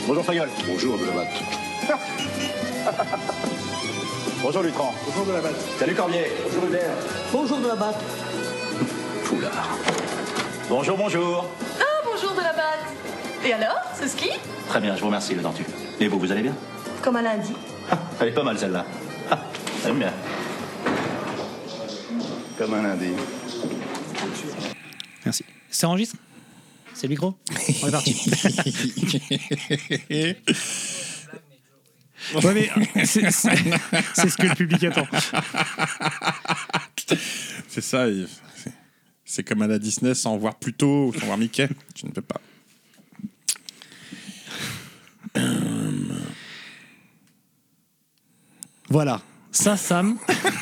Bonjour Fayol. Bonjour de la batte. Bonjour Lutran. Bonjour de la batte. Salut Corbier. Bonjour Hubert. Bonjour de la batte. Foulard. Bonjour, bonjour. Ah, bonjour de la batte. Et alors, ce ski? Très bien, je vous remercie, le Tortue. Et vous allez bien? Comme un lundi. Elle est pas mal celle-là. J'aime bien. Comme un lundi. Merci. Ça enregistre? C'est le micro? On est parti. Ouais, mais c'est ce que le public attend. C'est ça. C'est comme à la Disney, sans voir Pluto ou sans voir Mickey. Tu ne peux pas. Voilà. Ça, Sam.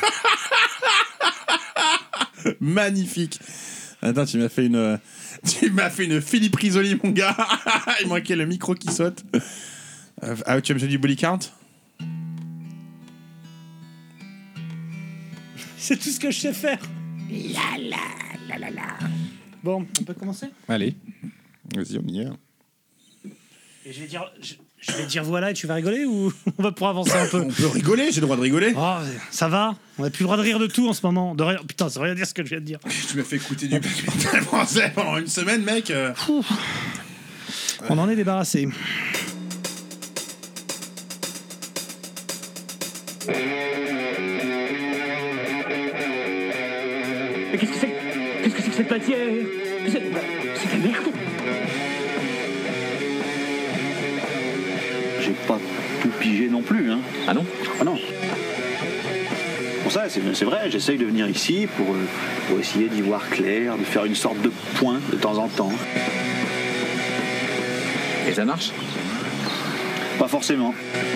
Magnifique. Attends, tu m'as fait une Philippe Risoli, mon gars. Il manquait le micro qui saute. Tu as besoin du body count? C'est tout ce que je sais faire. Bon, on peut commencer? Allez. Vas-y, on y est. Et je vais dire voilà et tu vas rigoler ou on va pouvoir avancer un peu? On peut rigoler, j'ai le droit de rigoler. Oh, ça va? On n'a plus le droit de rire de tout en ce moment. De rien... Putain, ça veut rien dire ce que je viens de dire. Tu m'as fait écouter du black metal français pendant une semaine, mec. On en est débarrassé. Mais qu'est-ce que c'est que cette matière? C'est de la merde. J'ai pas tout pigé non plus, hein. Ah non? Ah non. Pour ça, c'est vrai, j'essaye de venir ici pour essayer d'y voir clair, de faire une sorte de point de temps en temps. Et ça marche? Pas forcément.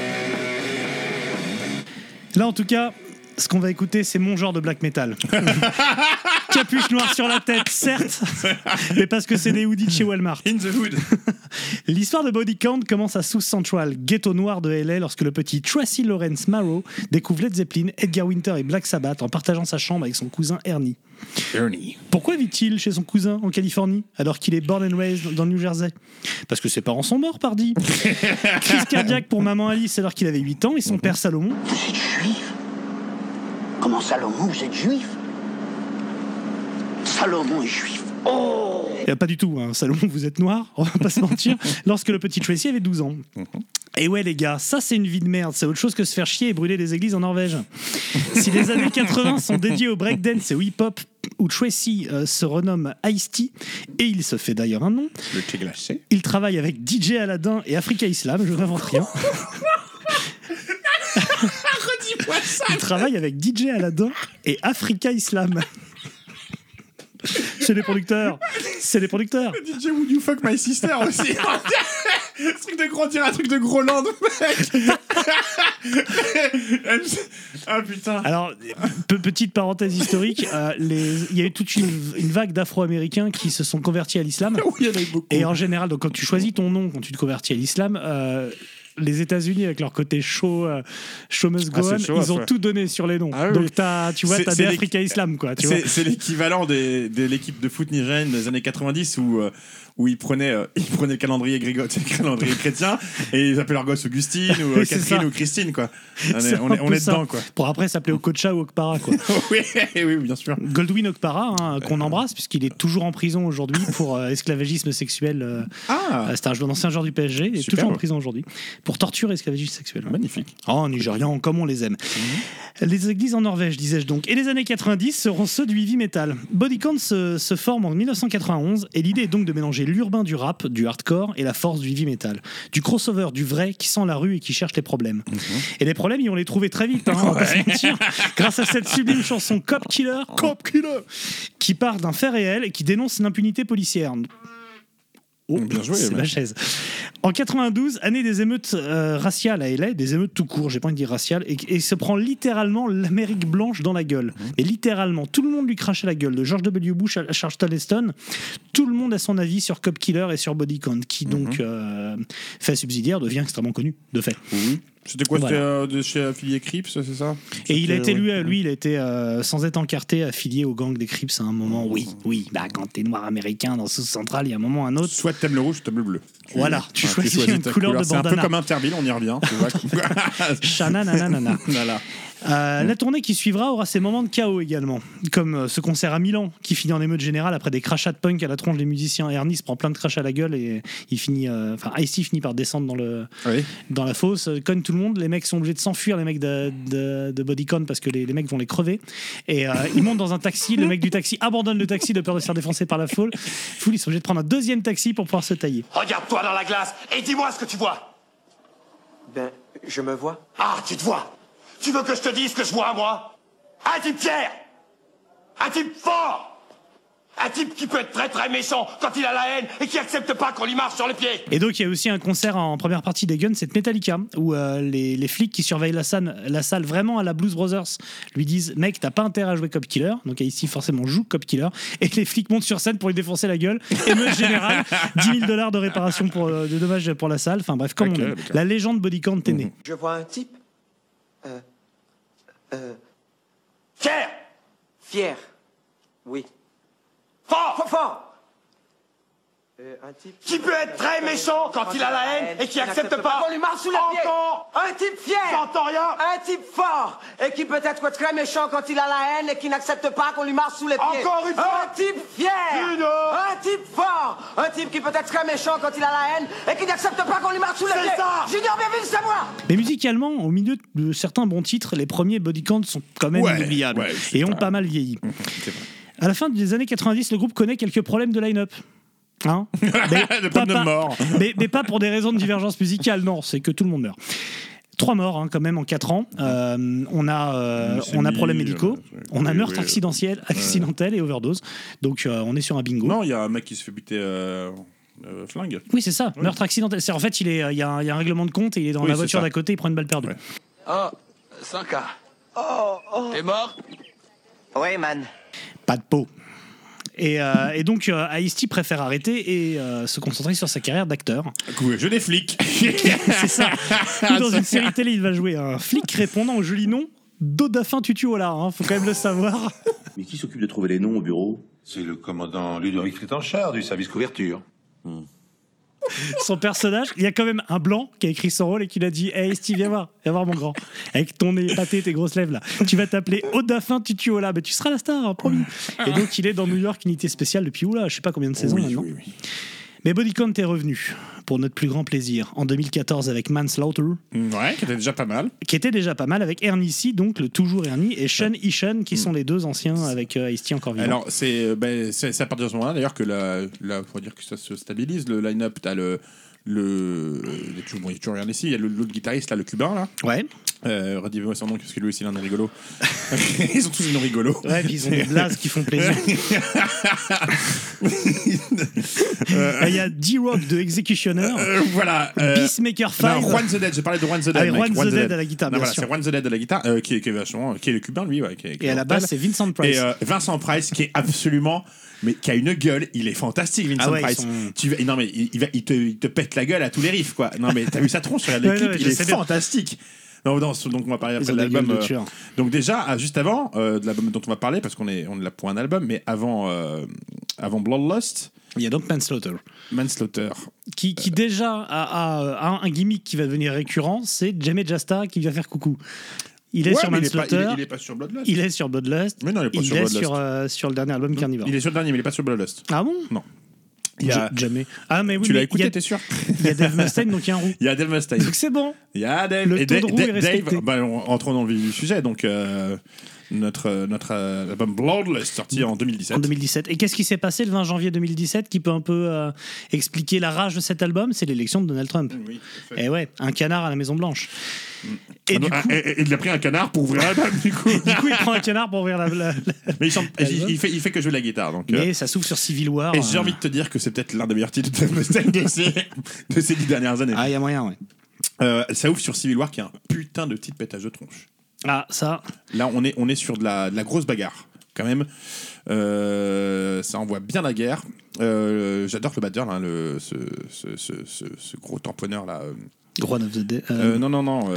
Là, en tout cas, ce qu'on va écouter, c'est mon genre de black metal. Capuche noire sur la tête, certes, mais parce que c'est des hoodies de chez Walmart. In the hood. L'histoire de Body Count commence à South Central, ghetto noir de LA, lorsque le petit Tracy Lawrence Marrow découvre Led Zeppelin, Edgar Winter et Black Sabbath en partageant sa chambre avec son cousin Ernie. Pourquoi vit-il chez son cousin en Californie alors qu'il est born and raised dans le New Jersey? Parce que ses parents sont morts, pardi. Crise cardiaque pour maman Alice alors qu'il avait 8 ans et son père Salomon. Vous êtes juif? Comment Salomon, vous êtes juif? Salomon est juif. Oh! Pas du tout, hein. Salomon, vous êtes noir, on va pas se mentir, lorsque le petit Tracy avait 12 ans. Et ouais les gars, ça c'est une vie de merde, c'est autre chose que se faire chier et brûler des églises en Norvège. Si les années 80 sont dédiées au breakdance et au hip-hop, où Tracy se renomme Ice-T, et il se fait d'ailleurs un nom, Le thé glacé. il travaille avec DJ Aladdin et Africa Islam, je n'invente rien. Redis-moi ça. Il travaille avec DJ Aladdin et Africa Islam. C'est les producteurs. DJ Would You Fuck My Sister aussi. Ce truc de gros, un truc de gros land, mec. Ah putain. Alors, petite parenthèse historique, il y a eu toute une vague d'Afro-Américains qui se sont convertis à l'islam. Oui, il y en a eu beaucoup. Et en général, donc, quand tu choisis ton nom, quand tu te convertis à l'islam, les États-Unis, avec leur côté show must go on, ils ont tout donné sur les noms. Ah, oui. Donc, t'as des Africa Islam, quoi. C'est l'équivalent de l'équipe de foot nigérienne des années 90 où ils prenaient le calendrier calendrier chrétien et ils appelaient leur gosse Augustine ou Catherine ou Christine, quoi. On est dedans, quoi. Pour après s'appeler Okocha ou Okpara, quoi. oui, bien sûr. Goldwyn Okpara, hein, qu'on embrasse, puisqu'il est toujours en prison aujourd'hui pour esclavagisme sexuel. C'était un ancien joueur du PSG, il est toujours en prison aujourd'hui. Pour torture et esclavagisme sexuel. Magnifique. Oh, Nigérians, comme on les aime. Les églises en Norvège, disais-je donc. Et les années 90 seront ceux du heavy metal. Body Count se forme en 1991 et l'idée est donc de mélanger l'urbain du rap, du hardcore et la force du heavy metal. Du crossover, du vrai qui sent la rue et qui cherche les problèmes. Et les problèmes, ils vont les trouver très vite, hein, on va pas se mentir. Grâce à cette sublime chanson Cop Killer, qui part d'un fait réel et qui dénonce l'impunité policière. Oh, bien joué, c'est ma chaise. En 92, année des émeutes raciales à LA, des émeutes tout court, j'ai pas envie de dire raciales, et se prend littéralement l'Amérique blanche dans la gueule. Et littéralement, tout le monde lui crachait la gueule, de George W. Bush à Charlton Heston. Tout le monde a son avis sur Cop Killer et sur Body Count, qui donc, fait subsidiaire, devient extrêmement connu, de fait. C'était quoi? Voilà. C'était de chez affilié Crips, c'est ça? Et il a été, ouais. lui, il a été, sans être encarté, affilié au gang des Crips à un moment. Oui, bah, quand t'es noir américain dans South Central, il y a un moment ou un autre. Soit t'aimes le rouge, soit t'aimes le bleu. Voilà, tu choisis une ta couleur de C'est un peu bandana. comme Interville, on y revient. Tu vois. Chanananana. Voilà. La tournée qui suivra aura ses moments de chaos également, comme ce concert à Milan qui finit en émeute générale après des crachats de punk à la tronche des musiciens. Ernie se prend plein de crachats à la gueule et il finit, Ice-T finit par descendre dans la fosse, cogne tout le monde. Les mecs sont obligés de s'enfuir, les mecs de Bodycon, parce que les mecs vont les crever. Et ils montent dans un taxi, le mec du taxi abandonne le taxi de peur de se faire défoncer par la foule. Ils sont obligés de prendre un deuxième taxi pour pouvoir se tailler. Regarde-toi dans la glace et dis-moi ce que tu vois. Ben, je me vois. Ah, tu te vois. Tu veux que je te dise ce que je vois, moi? Un type fier. Un type fort. Un type qui peut être très très méchant quand il a la haine et qui accepte pas qu'on lui marche sur les pieds. Et donc il y a aussi un concert en première partie des Guns, c'est Metallica, où les flics qui surveillent la salle vraiment à la Blues Brothers lui disent mec, t'as pas intérêt à jouer Cop Killer. Donc ici forcément joue Cop Killer, et les flics montent sur scène pour lui défoncer la gueule. Émeute générale, $10,000 de réparation de dommages pour la salle. Enfin bref, comme on dit, la légende Body Count est née. Je vois un type. Fier. Fier. Oui. Fort. Fort. Un type Qui peut être très méchant quand il a la haine et qui accepte pas qu'on lui marche sous les pieds. Encore. Un type fier. J'entends rien. Un type fort et qui peut être très méchant quand il a la haine et qui n'accepte pas qu'on lui marche sous les pieds. Encore une fois. Un type fier. Un type fort. Un type qui peut être très méchant quand il a la haine et qui n'accepte pas qu'on lui marche sous les pieds. C'est ça. Junior Bienville, c'est moi. Mais musicalement, au milieu de certains bons titres, les premiers Body Count sont quand même inoubliables et ont pas mal vieilli. C'est vrai. À la fin des années 90, le groupe connaît quelques problèmes de line-up. Hein, Le problème de mort. mais pas pour des raisons de divergence musicale, non, c'est que tout le monde meurt. 3 morts quand même en 4 ans. On a problèmes médicaux, on a meurtre accidentel et overdose. Donc on est sur un bingo. Non, il y a un mec qui se fait buter flingue. Oui, c'est ça, meurtre accidentel. En fait, il y a un règlement de compte et il est dans la voiture d'à côté, il prend une balle perdue. Ouais. Oh, 5K. T'es mort? Oui, man. Pas de peau. Et donc Ice-T préfère arrêter et se concentrer sur sa carrière d'acteur. Je des flics. C'est ça. Ou dans une série télé, il va jouer un flic répondant au joli nom d'Odafin Tutuola. Faut quand même le savoir. Mais qui s'occupe de trouver les noms au bureau? C'est le commandant Ludovic Trétanchard du service couverture. Son personnage, il y a quand même un blanc qui a écrit son rôle et qui lui a dit hey Steve, viens voir mon grand, avec ton nez épaté, tes grosses lèvres là, tu vas t'appeler Odafin Tutuola, mais tu seras la star, hein, promis. Et donc il est dans New York, unité spéciale depuis je sais pas combien de saisons maintenant. Oui. Mais Body Count est revenu pour notre plus grand plaisir en 2014 avec Manslaughter. Ouais, qui était déjà pas mal. Avec Ernie C, donc le toujours Ernie, et Sean Isham, qui sont les deux anciens avec Ice-T encore vivant. Alors c'est à partir de ce moment-là d'ailleurs que faut dire que ça se stabilise le line-up. T'as il y a toujours rien ici. Il y a l'autre guitariste là, le cubain là. Ouais. Redis-moi son nom parce que lui aussi il a un nom rigolo. Ils ont tous des noms rigolos. Ouais, puis ils ont des blazes qui font plaisir. Il y a D-Rock de Executioner. Voilà. Peacemaker 5. Juan the Dead. J'ai parlé de Juan the Dead. Juan the Dead à la guitare. Non, voilà, c'est Juan the Dead à la guitare qui est le cubain lui. Ouais, et à la basse c'est Vincent Price. Et Vincent Price qui est absolument mais qui a une gueule, il est fantastique Vincent Price. Non mais il te pète la gueule à tous les riffs quoi. Non mais t'as vu sa tronche sur l'équipe, il est fantastique. Donc on va parler après de l'album. Donc déjà juste avant de l'album dont on va parler parce qu'on est là pour un album, mais avant Bloodlust. Il y a donc Manslaughter. Qui déjà a un gimmick qui va devenir récurrent, c'est Jamie Jasta qui vient faire coucou. Il est sur Manslaughter. Il est pas sur Bloodlust. Il est sur Bloodlust. Mais non, il est pas sur Bloodlust. Sur le dernier album Carnivore. Il est sur le dernier, mais il est pas sur Bloodlust. Ah bon? Non. Jamais. Ah mais oui. Tu l'as écouté, t'es sûr? Il y a Dave Mustaine, donc il y a un roux. Il y a Dave Mustaine. Donc c'est bon. Il y a Dave. Le taux de roux est respecté. Entrons dans le vif du sujet. Donc notre album Bloodlust sorti en 2017. En 2017. Et qu'est-ce qui s'est passé le 20 janvier 2017 qui peut un peu expliquer la rage de cet album? C'est l'élection de Donald Trump. Oui. Et ouais, un canard à la Maison Blanche. Et du coup, il a pris un canard pour ouvrir l'album du coup. Il prend un canard pour ouvrir Mais il fait que jouer la guitare donc. Mais ça s'ouvre sur Civil War. Et j'ai envie de te dire que c'est peut-être l'un des meilleurs titres de Dave Mustaine de ces 10 dernières années. Ah, il y a moyen, ouais. Ça ouvre sur Civil War qui est un putain de titre pétage de tronche. Ah, ça. Là, on est sur de la grosse bagarre, quand même. Ça envoie bien la guerre. J'adore le batteur, là, ce gros tamponneur, là. One of the Dead. Non.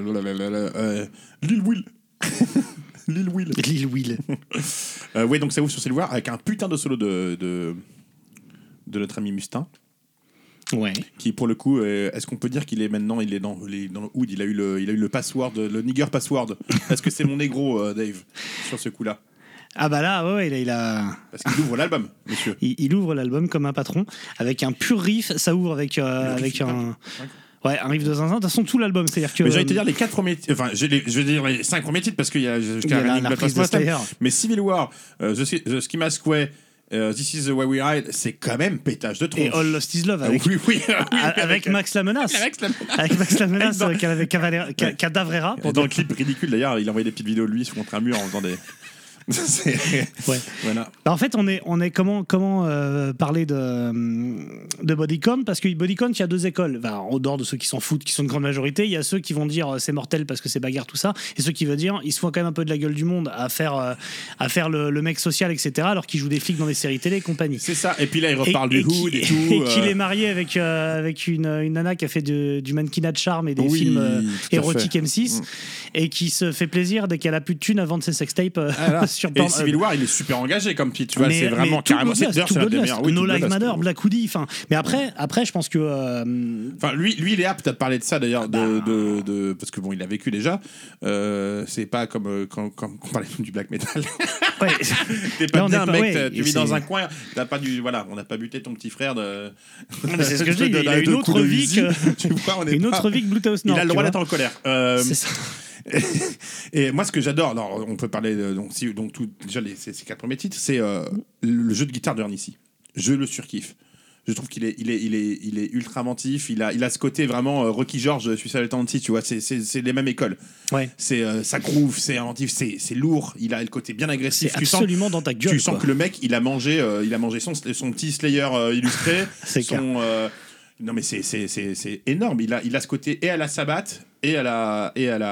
Lil Will. Lil Will. Ouais, donc ça ouvre sur Civil War avec un putain de solo de notre ami Mustin. Ouais. Qui pour le coup, est-ce qu'on peut dire qu'il est maintenant, il est dans le hood, il a eu le password, le nigger password. Est-ce que c'est mon négro, Dave, sur ce coup-là? Ah bah là, ouais, il a... Parce qu'il ouvre l'album, monsieur. Il ouvre l'album comme un patron, avec un pur riff. Ça ouvre avec un riff de zinzin. De toute façon, tout l'album, c'est-à-dire que... Mais j'allais te dire les 4 premiers titres, enfin, je vais dire les 5 premiers titres, parce qu'il y a la reprise de Slayer. Mais Civil War, The Ski Mask Way, This Is The Way We Ride, c'est quand même pétage de tronche. Et All Lost Is Love, avec, avec Max la Menace. Avec Max la Menace, avec Cadavrera. Dans le clip ridicule, d'ailleurs, il envoyait des petites vidéos de lui contre un mur en faisant des... Ouais. Voilà. Bah en fait, on est comment parler de body count, parce que body count, il y a deux écoles. Enfin, en dehors de ceux qui s'en foutent, qui sont une grande majorité, il y a ceux qui vont dire c'est mortel parce que c'est bagarre tout ça, et ceux qui veulent dire ils se font quand même un peu de la gueule du monde à faire le mec social, etc. Alors qu'ils jouent des flics dans des séries télé et compagnie. C'est ça. Et puis là, il reparle du hood et tout. Et qu'il est marié avec une nana qui a fait du mannequinat de charme et des films érotiques M6, et qui se fait plaisir dès qu'elle a plus de thunes à vendre ses sextapes. Et Civil War, il est super engagé comme titre, tu vois, c'est vraiment carrément. C'est la meilleure. No Life Matter, Black Hoodie. Enfin, mais après, je pense que. Enfin, lui, il est apte à parler de ça d'ailleurs, parce que bon, il a vécu déjà. C'est pas comme quand on parlait du black metal. Ouais. T'es pas bien, mec. Tu vis dans un coin. T'as pas on n'a pas buté ton petit frère de. C'est ce que je dis. Il a une autre vie que. Une autre vie que Blue House Nord. Il a le droit d'être en colère. C'est ça. Et moi, ce que j'adore, alors on peut parler déjà ces 4 premiers titres, c'est le jeu de guitare de Ernisi. Je le surkiffe. Je trouve qu'il est ultra inventif. Il a ce côté vraiment Rocky George, Suicide Tendency, tu vois. C'est les mêmes écoles. Ouais. C'est ça groove, c'est inventif, c'est lourd. Il a le côté bien agressif. C'est absolument dans ta gueule. Tu sens que le mec, il a mangé son petit Slayer illustré. C'est non mais c'est énorme. Il a ce côté et à la Sabbath et à la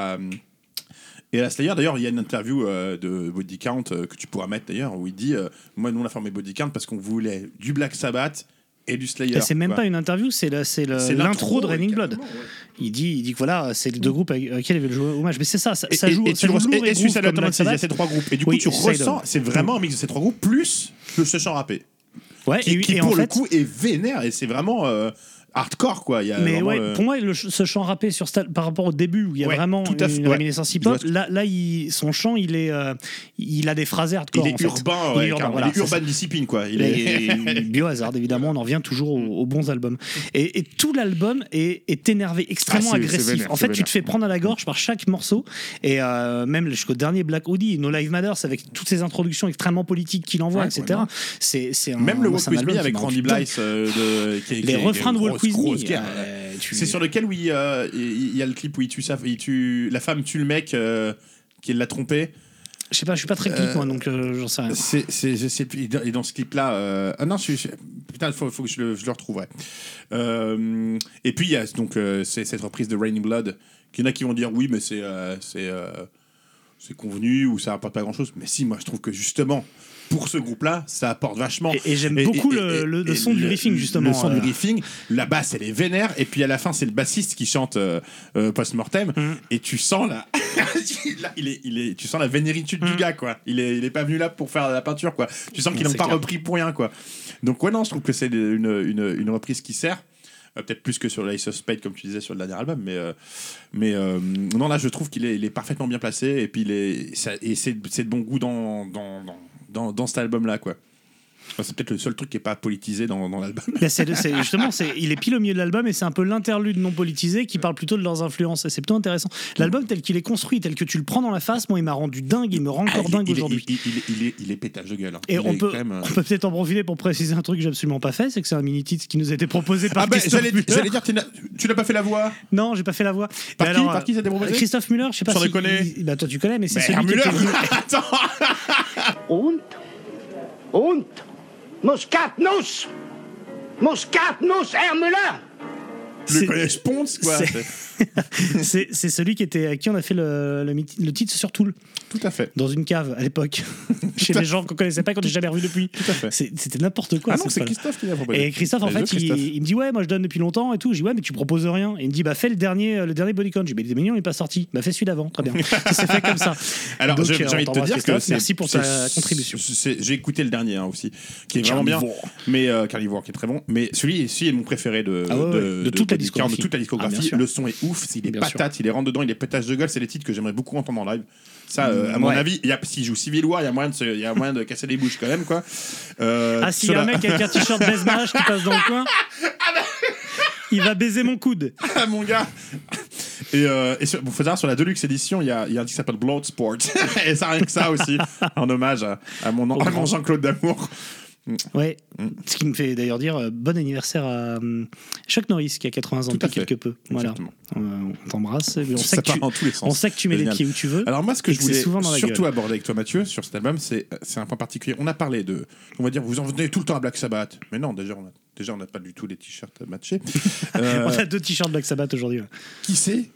Slayer. D'ailleurs, il y a une interview de Body Count que tu pourras mettre d'ailleurs, où il dit moi, nous on a formé Body Count parce qu'on voulait du Black Sabbath et du Slayer. Et c'est même pas une interview, c'est l'intro de Raining Blood. Ouais. Il dit que voilà, c'est les deux groupes avec lesquels il veut jouer hommage. Mais c'est ça joue. Et Suicide Tendency, il y a ces 3 groupes. Et du coup, tu ressens, c'est vraiment un mix de ces 3 groupes plus ce chant rappé. Ouais, qui pour le coup est vénère, et c'est vraiment hardcore, quoi. Il y a mais ouais, pour moi, ce chant rappé par rapport au début où il y a vraiment une réminiscence hip-hop, là son chant, il a des phrases hardcore. Il est urbain, il est urban discipline, quoi. Il est Biohazard, évidemment, on en revient toujours aux bons albums. Et tout l'album est énervé, extrêmement agressif. En fait, tu te fais prendre à la gorge par chaque morceau, et même jusqu'au dernier Black Hoodie, No Life Matters, avec toutes ces introductions extrêmement politiques qu'il envoie, etc. C'est même le Walk With Me avec Randy Blythe, les refrains de Walk With Me. C'est sur lequel il y a le clip où la femme tue le mec qui l'a trompé. Je sais pas, je suis pas très clip moi, donc j'en sais rien. Et dans ce clip-là, non, putain, faut que je le retrouverai. Et puis il y a donc cette reprise de Raining Blood, qu'il y en a qui vont dire oui, mais c'est convenu ou ça apporte pas grand-chose. Mais si, moi je trouve que justement, pour ce groupe-là, ça apporte vachement. Et j'aime beaucoup le son du riffing, justement. Le son du riffing, la basse, elle est vénère, et puis à la fin, c'est le bassiste qui chante Post-Mortem, et tu sens tu sens la vénéritude du gars, quoi. Il est pas venu là pour faire la peinture, quoi. Tu sens qu'ils n'ont pas repris pour rien, quoi. Donc ouais, non, je trouve que c'est une reprise qui sert. Peut-être plus que sur l'Ace of Spades, comme tu disais sur le dernier album, mais non, là je trouve qu'il est parfaitement bien placé, et puis c'est de bon goût dans cet album-là, quoi. C'est peut-être le seul truc qui est pas politisé dans l'album. Justement, il est pile au milieu de l'album, et c'est un peu l'interlude non politisé qui parle plutôt de leurs influences, et c'est plutôt intéressant. L'album tel qu'il est construit, tel que tu le prends dans la face, moi il m'a rendu dingue, il me rend encore dingue aujourd'hui. Il est pétage de gueule. Hein. Et on peut peut-être en profiter pour préciser un truc que j'ai absolument pas fait, c'est que c'est un mini-titre qui nous a été proposé par Christophe Muller. J'allais dire, tu n'as pas fait la voix? Non, j'ai pas fait la voix. Par qui ça t'a proposé? Christophe Muller, je sais pas si... Bah toi tu connais, mais c'est celui qui était venu... Und Muscatnuss, Herr Müller. Le collège Ponce, quoi. C'est celui à qui on a fait le titre sur Tool. Tout à fait. Dans une cave à l'époque. Chez les gens qu'on connaissait pas, qu'on n'a jamais revu depuis. Tout à fait. C'était n'importe quoi. Ah non, c'est Christophe qui l'a proposé. Et Christophe, en fait, il me dit ouais, moi je donne depuis longtemps et tout. Je dis ouais, mais tu proposes rien. Et il me dit bah fais le dernier Bodycon. Je dis mais il est mignon, il n'est pas sorti. Bah fais celui d'avant, très bien. Ça s'est fait comme ça. Alors donc, j'ai envie de te dire que merci pour ta contribution. J'ai écouté le dernier aussi, qui est vraiment bien. Mais Carnivore qui est très bon. Mais celui-ci est mon préféré de toute la discographie. Le son est ouf, il est patate, il est rentre dedans, il est pétage de gueule. C'est des titres que j'aimerais beaucoup entendre en live. Ça, à mon avis, s'il joue Civil War, il y a moyen de casser les bouches quand même, quoi. S'il y a un mec avec un t-shirt Baise Mage qui passe dans le coin, il va baiser mon coude. Ah, mon gars. Et faut savoir, sur la Deluxe édition, il y a un titre qui s'appelle Bloodsport. Et ça, rien que ça aussi, en hommage à mon Jean-Claude Damour. Ouais, ce qui me fait d'ailleurs dire bon anniversaire à Chuck Norris qui a 80 ans depuis quelque peu. Voilà. On t'embrasse. On sait que tu mets les pieds où tu veux. Alors moi, ce que je voulais surtout aborder avec toi, Mathieu, sur cet album, c'est un point particulier. On a parlé on va dire, vous en venez tout le temps à Black Sabbath, mais non, déjà on n'a pas du tout les t-shirts matchés. On a 2 t-shirts Black Sabbath aujourd'hui. Qui c'est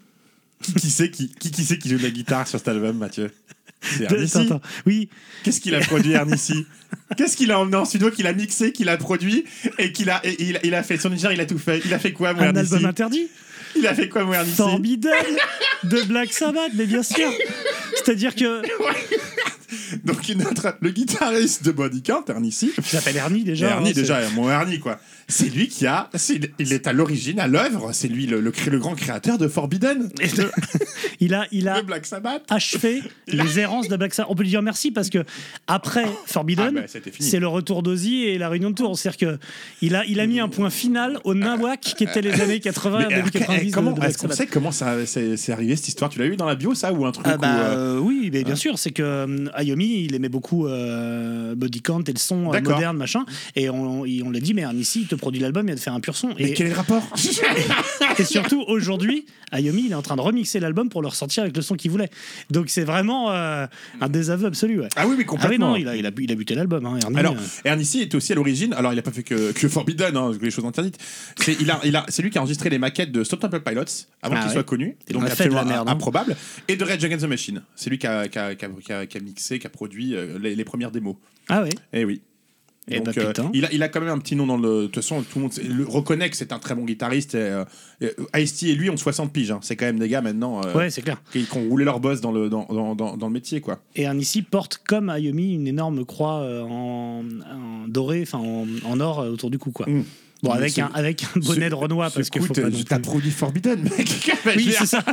qui joue de la guitare sur cet album, Mathieu? C'est Ernissi. Oui. Qu'est-ce qu'il a produit, Ernissi? Qu'est-ce qu'il a emmené en studio, qu'il a mixé, qu'il a produit et il a fait son ingénieur, il a tout fait. Il a fait quoi, mon Ernissi? Un album interdit. Il a fait quoi, mon Ernissi? Formidable de Black Sabbath, mais bien sûr. C'est-à-dire que donc le guitariste de Body Count, Ernissi. Il s'appelle Ernie déjà. Mon Ernie, quoi. C'est lui il est à l'origine, à l'œuvre. C'est lui le grand créateur de Forbidden. Il a Black Sabbath. achevé les errances de Black Sabbath. On peut lui dire merci parce que après Forbidden, c'est le retour d'Ozzy et la réunion de Tours. C'est-à-dire que il a mis un point final au nawak qui était les années 80 et début 90. Est-ce qu'on sait comment ça c'est arrivé cette histoire? Tu l'as eu dans la bio, ça, ou un truc Oui, mais bien sûr. C'est que Iommi, il aimait beaucoup Body Count et le son moderne, machin. Et on l'a dit, mais ici, il te produit l'album, il va te faire un pur son. Mais quel est le rapport? Et surtout, aujourd'hui, Iommi, il est en train de remixer l'album pour le ressortir avec le son qu'il voulait. Donc c'est vraiment un désaveu absolu. Ouais. Ah oui, complètement. Ah oui, non, il a buté l'album. Hein, Ernie. Alors, Ernissi est aussi à l'origine. Alors, il a pas fait que Forbidden, les choses interdites. C'est lui qui a enregistré les maquettes de Stone Temple Pilots avant qu'il soit connu. Et donc absolument improbable. Et de Rage Against the Machine. C'est lui qui a mixé, qui a produit les premières démos. Ah oui. Eh oui. Et donc, il a quand même un petit nom dans le. De toute façon, tout le monde reconnaît que c'est un très bon guitariste. Ice-T et lui ont 60 piges. Hein. C'est quand même des gars maintenant. Ouais, c'est clair. Qui ont roulé leur boss dans le métier, quoi. Et Ernissi porte comme Iommi une énorme croix en doré, enfin en or autour du cou, quoi. Bon, avec un bonnet de Renoir parce que. T'as produit Forbidden, mec. Oui, c'est ça.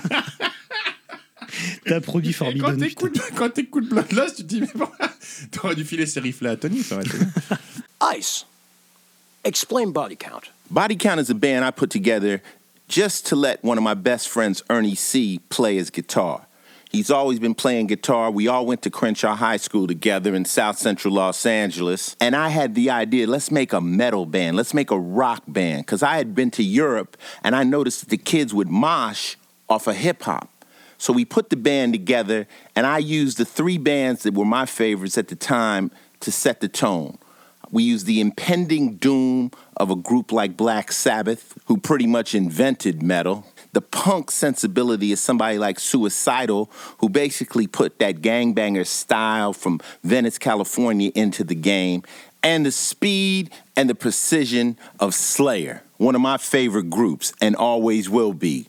T'as produit Forbidden. Quand t'écoutes Bloodlust, tu te dis, mais bon, t'aurais dû filer ces riffs-là à Tony, ça aurait été bien. Ice, explain Body Count. Body Count is a band I put together just to let one of my best friends, Ernie C., play his guitar. He's always been playing guitar. We all went to Crenshaw High School together in South Central Los Angeles. And I had the idea, let's make a metal band. Let's make a rock band. Because I had been to Europe, and I noticed that the kids would mosh off of hip-hop. So we put the band together, and I used the 3 bands that were my favorites at the time to set the tone. We used the impending doom of a group like Black Sabbath, who pretty much invented metal. The punk sensibility of somebody like Suicidal, who basically put that gangbanger style from Venice, California into the game. And the speed and the precision of Slayer, one of my favorite groups, and always will be.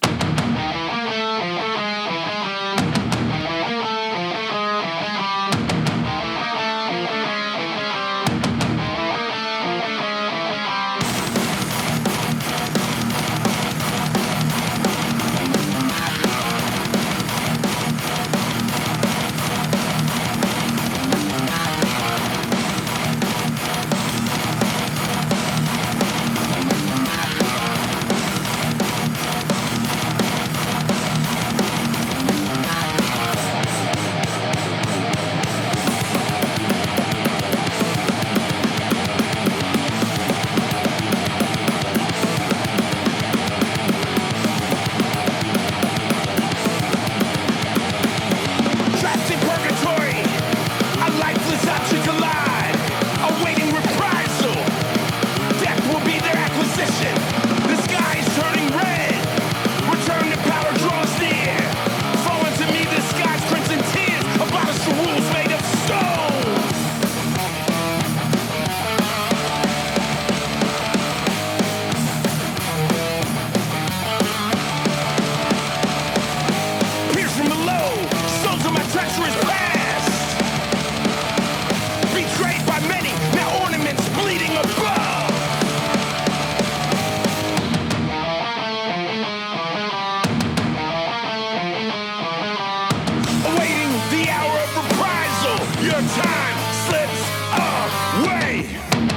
Your time slips away.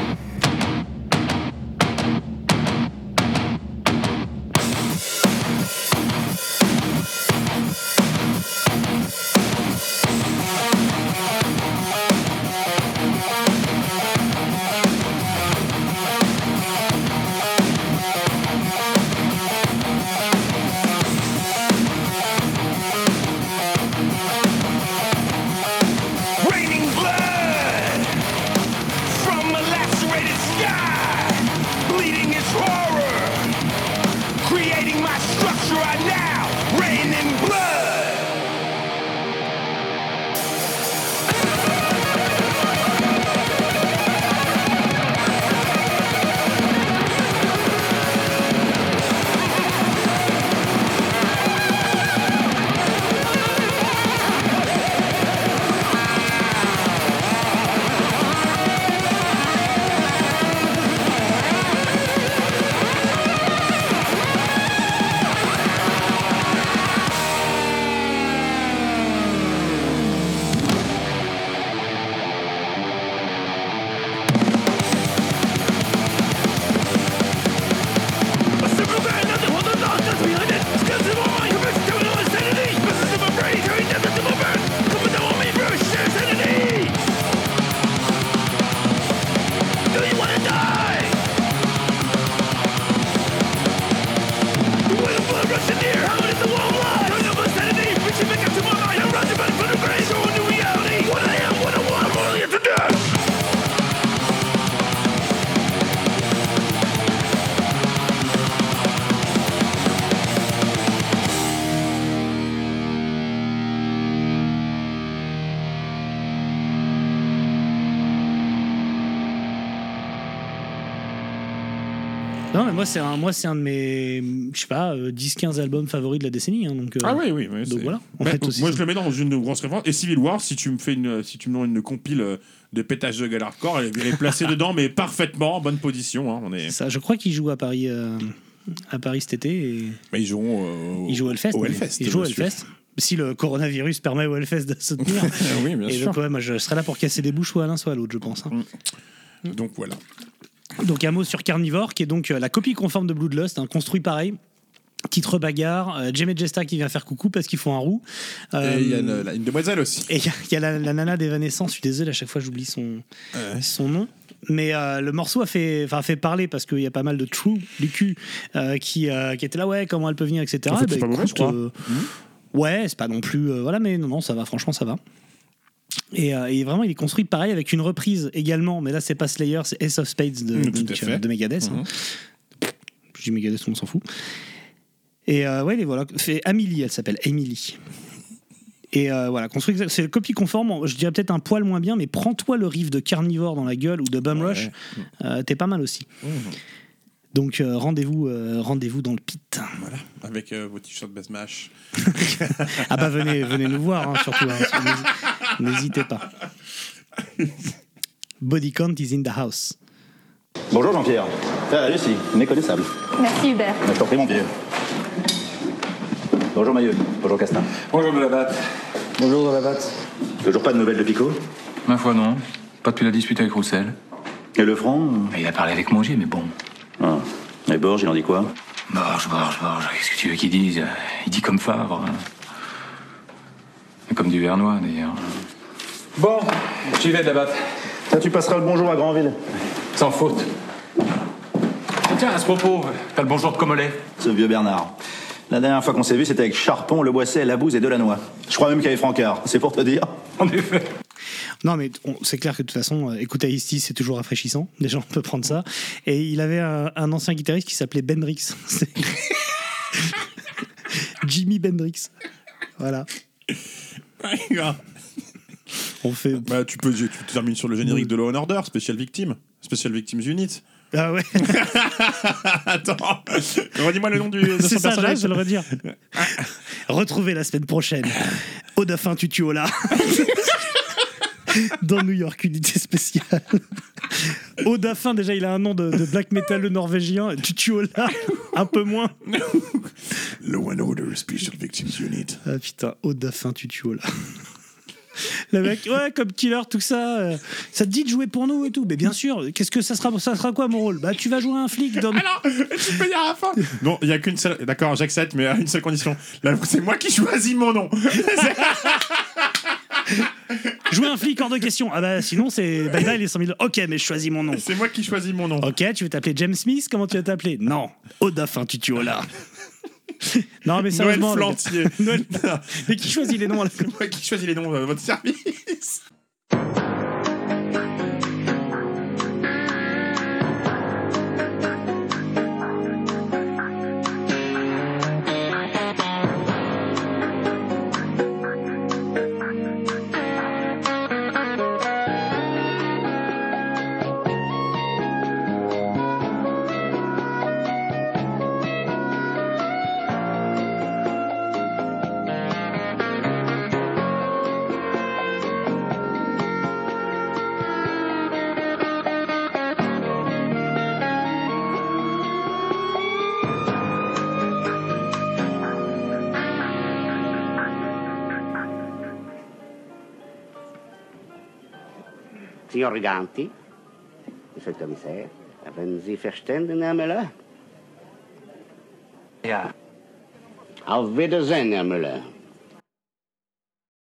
Raining blood from a lacerated sky. Bleeding is horror. Creating my structure I now rain in blood. Non, mais moi, c'est un de mes, je sais pas, 10-15 albums favoris de la décennie. Hein, donc, Ah oui, donc voilà. En Mais fait, aussi, moi, je le mets dans une grosse référence. Et Civil War, si tu me donnes une compile de pétage de gueule hardcore, elle est placée dedans, mais parfaitement en bonne position. Hein. Ça, je crois qu'ils jouent à Paris cet été. Et... Mais ils jouent ils jouent au Hellfest. Ils jouent au Hellfest. Si le coronavirus permet au Hellfest de se tenir. Oui, bien sûr. Donc, ouais, moi, je serai là pour casser des bouches soit à l'un, soit à l'autre, je pense. Hein. Donc voilà. Donc un mot sur Carnivore, qui est donc la copie conforme de Bloodlust, hein, construit pareil. Titre bagarre, Jamie Jesta qui vient faire coucou parce qu'ils font un roux. Et il y a une demoiselle aussi. Et il y a la nana d'Evanescence, je suis désolé, à chaque fois j'oublie son nom. Mais le morceau a fait parler parce qu'il y a pas mal de true du cul qui étaient là, ouais, comment elle peut venir, etc. En fait, c'est pas mauvais, je crois. Ouais, c'est pas non plus. Voilà, mais non, ça va, franchement, ça va. Et vraiment, il est construit pareil avec une reprise également, mais là, c'est pas Slayer, c'est Ace of Spades de Megadeth. Hein. Je dis Megadeth, on s'en fout. Et ouais, voilà, fait Amelie, elle s'appelle Emily. Et voilà, construit, c'est le copie conforme, je dirais peut-être un poil moins bien, mais prends-toi le riff de Carnivore dans la gueule ou de Bumrush, t'es pas mal aussi. Donc rendez-vous dans le pit. Voilà, avec vos t-shirts Best Mash. Ah bah venez nous voir, hein, surtout. Hein, n'hésitez pas. Body Count is in the house. Bonjour Jean-Pierre. Lucie, méconnaissable. Merci Hubert. Je t'en prie mon vieux. Bonjour Maillot. Bonjour Castin. Bonjour de la batte. Bonjour de la batte. Toujours pas de nouvelles de Pico? Ma foi non. Pas depuis la dispute avec Roussel. Et le front? Il a parlé avec Mongier, mais bon. Ah. Et Borges, il en dit quoi? Borges. Qu'est-ce que tu veux qu'il dise? Il dit comme Favre. Et comme du Vernois, d'ailleurs. Bon, j'y vais de la batte. Ça, tu passeras le bonjour à Granville. Sans faute. Tiens, à ce propos, t'as le bonjour de Comollet. Ce vieux Bernard. La dernière fois qu'on s'est vu, c'était avec Charpon, Le Boisset, Labouze et Delannoy. Je crois même qu'il y avait Francard. C'est pour te dire. En effet. Non, mais c'est clair que de toute façon, écouter Ice-T, c'est toujours rafraîchissant. Déjà, on peut prendre ça. Et il avait un ancien guitariste qui s'appelait Bendrix. Jimi Bendrix. Voilà. On fait. Bah, tu termines sur le générique de Law & Order, Special Victims Unit. Ah ouais. Attends, redis-moi le nom de son c'est ça, personnage. Je vais le redire. Retrouvez la semaine prochaine au Dauphin Tutuola dans New York, unité spéciale. Au Dauphin, déjà, il a un nom de black metal norvégien. Tutuola, un peu moins. Law & Order Special Victims Unit. Ah putain, au Dauphin Tutuola. Le mec, ouais, comme killer, tout ça. Ça te dit de jouer pour nous et tout. Mais bien sûr, qu'est-ce que ça sera quoi mon rôle? Bah, tu vas jouer un flic dans. Alors, tu peux dire à la fin. Non, il y a qu'une seule. D'accord, j'accepte, mais à une seule condition. Là, c'est moi qui choisis mon nom. Jouer un flic hors de question. Ah bah sinon c'est bye bye les 100 000. Ok, mais je choisis mon nom. C'est moi qui choisis mon nom. Ok, tu veux t'appeler James Smith? Comment tu vas t'appeler? Non, Odafin Tutuola. Non mais sérieusement. Noël Flantier. Noël... Mais qui choisit les noms? C'est moi qui choisis les noms de votre service. Signor Riganti, Monsieur le Commissaire, haben Sie verstanden, Herr Müller? Ja. Auf Wiedersehen, Herr Müller.